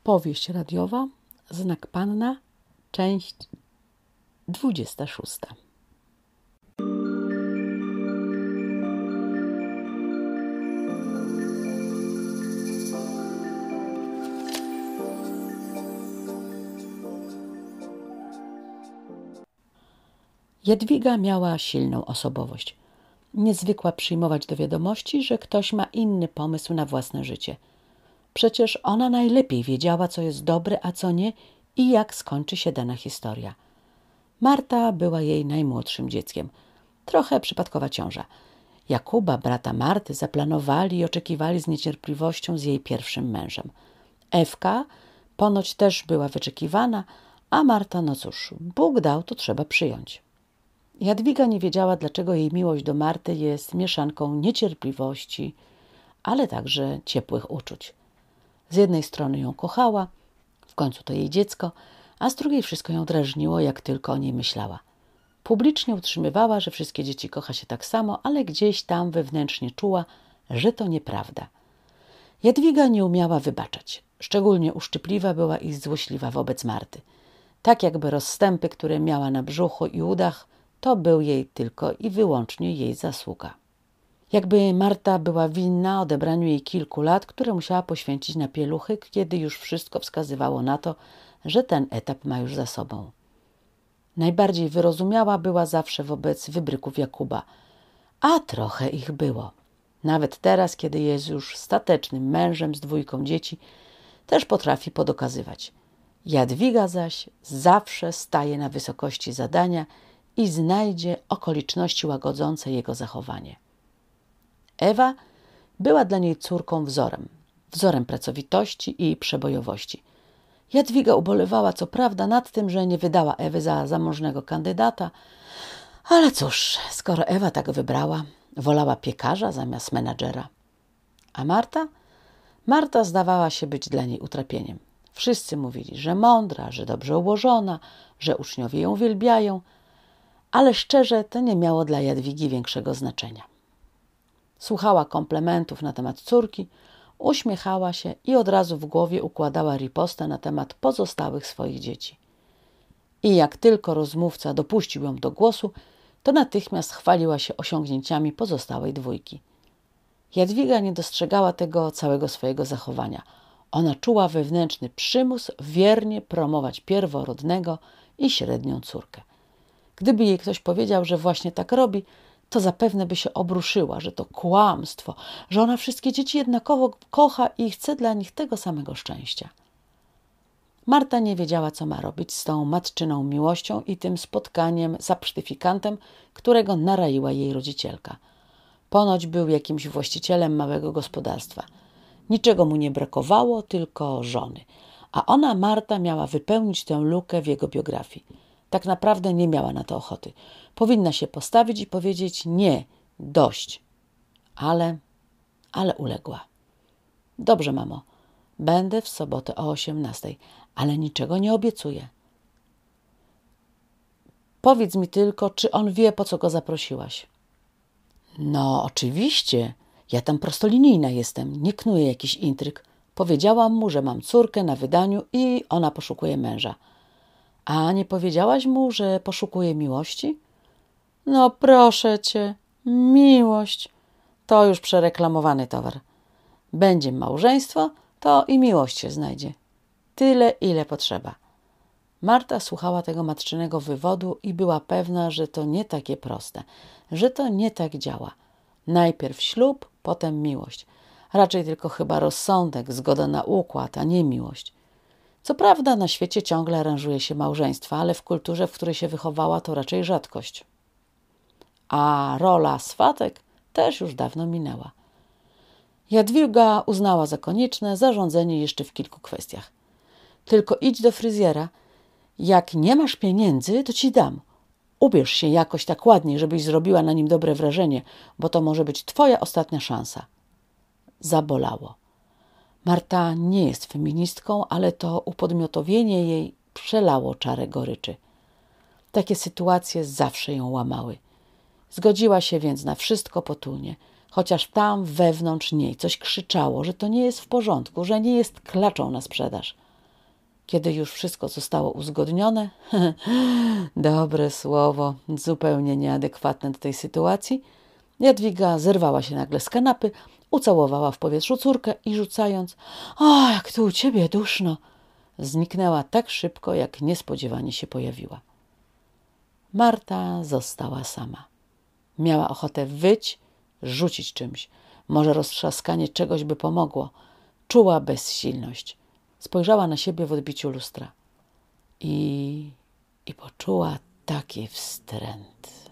Powieść radiowa, Znak Panna, część 26. Jadwiga miała silną osobowość. Niezwykła przyjmować do wiadomości, że ktoś ma inny pomysł na własne życie. Przecież ona najlepiej wiedziała, co jest dobre, a co nie i jak skończy się dana historia. Marta była jej najmłodszym dzieckiem. Trochę przypadkowa ciąża. Jakuba, brata Marty, zaplanowali i oczekiwali z niecierpliwością z jej pierwszym mężem. Ewka ponoć też była wyczekiwana, a Marta, no cóż, Bóg dał, to trzeba przyjąć. Jadwiga nie wiedziała, dlaczego jej miłość do Marty jest mieszanką niecierpliwości, ale także ciepłych uczuć. Z jednej strony ją kochała, w końcu to jej dziecko, a z drugiej wszystko ją drażniło, jak tylko o niej myślała. Publicznie utrzymywała, że wszystkie dzieci kocha się tak samo, ale gdzieś tam wewnętrznie czuła, że to nieprawda. Jadwiga nie umiała wybaczać. Szczególnie uszczypliwa była i złośliwa wobec Marty. Tak jakby rozstępy, które miała na brzuchu i udach, to był jej tylko i wyłącznie jej zasługa. Jakby Marta była winna odebraniu jej kilku lat, które musiała poświęcić na pieluchy, kiedy już wszystko wskazywało na to, że ten etap ma już za sobą. Najbardziej wyrozumiała była zawsze wobec wybryków Jakuba, a trochę ich było. Nawet teraz, kiedy jest już statecznym mężem z 2 dzieci, też potrafi podokazywać. Jadwiga zaś zawsze staje na wysokości zadania i znajdzie okoliczności łagodzące jego zachowanie. Ewa była dla niej córką wzorem pracowitości i przebojowości. Jadwiga ubolewała co prawda nad tym, że nie wydała Ewy za zamożnego kandydata, ale cóż, skoro Ewa tak wybrała, wolała piekarza zamiast menadżera. A Marta? Marta zdawała się być dla niej utrapieniem. Wszyscy mówili, że mądra, że dobrze ułożona, że uczniowie ją uwielbiają, ale szczerze to nie miało dla Jadwigi większego znaczenia. Słuchała komplementów na temat córki, uśmiechała się i od razu w głowie układała ripostę na temat pozostałych swoich dzieci. I jak tylko rozmówca dopuścił ją do głosu, to natychmiast chwaliła się osiągnięciami pozostałej 2. Jadwiga nie dostrzegała tego całego swojego zachowania. Ona czuła wewnętrzny przymus wiernie promować pierworodnego i średnią córkę. Gdyby jej ktoś powiedział, że właśnie tak robi, to zapewne by się obruszyła, że to kłamstwo, że ona wszystkie dzieci jednakowo kocha i chce dla nich tego samego szczęścia. Marta nie wiedziała, co ma robić z tą matczyną miłością i tym spotkaniem z absztyfikantem, którego naraiła jej rodzicielka. Ponoć był jakimś właścicielem małego gospodarstwa. Niczego mu nie brakowało, tylko żony. A ona, Marta, miała wypełnić tę lukę w jego biografii. Tak naprawdę nie miała na to ochoty. Powinna się postawić i powiedzieć nie, dość. Ale uległa. Dobrze, mamo, będę w sobotę o 18:00, ale niczego nie obiecuję. Powiedz mi tylko, czy on wie, po co go zaprosiłaś? No, oczywiście. Ja tam prostolinijna jestem, nie knuję jakiś intryg. Powiedziałam mu, że mam córkę na wydaniu i ona poszukuje męża. A nie powiedziałaś mu, że poszukuje miłości? No proszę cię, miłość. To już przereklamowany towar. Będzie małżeństwo, to i miłość się znajdzie. Tyle, ile potrzeba. Marta słuchała tego matczynego wywodu i była pewna, że to nie takie proste, że to nie tak działa. Najpierw ślub, potem miłość. Raczej tylko chyba rozsądek, zgoda na układ, a nie miłość. Co prawda na świecie ciągle aranżuje się małżeństwa, ale w kulturze, w której się wychowała, to raczej rzadkość. A rola swatek też już dawno minęła. Jadwiga uznała za konieczne zarządzenie jeszcze w kilku kwestiach. Tylko idź do fryzjera. Jak nie masz pieniędzy, to ci dam. Ubierz się jakoś tak ładnie, żebyś zrobiła na nim dobre wrażenie, bo to może być twoja ostatnia szansa. Zabolało. Marta nie jest feministką, ale to upodmiotowienie jej przelało czarę goryczy. Takie sytuacje zawsze ją łamały. Zgodziła się więc na wszystko potulnie, chociaż tam wewnątrz niej coś krzyczało, że to nie jest w porządku, że nie jest klaczą na sprzedaż. Kiedy już wszystko zostało uzgodnione, dobre słowo, zupełnie nieadekwatne do tej sytuacji, Jadwiga zerwała się nagle z kanapy, ucałowała w powietrzu córkę i rzucając „O, jak tu u ciebie duszno”, zniknęła tak szybko, jak niespodziewanie się pojawiła. Marta została sama. Miała ochotę wyć, rzucić czymś. Może roztrzaskanie czegoś by pomogło. Czuła bezsilność. Spojrzała na siebie w odbiciu lustra i poczuła taki wstręt.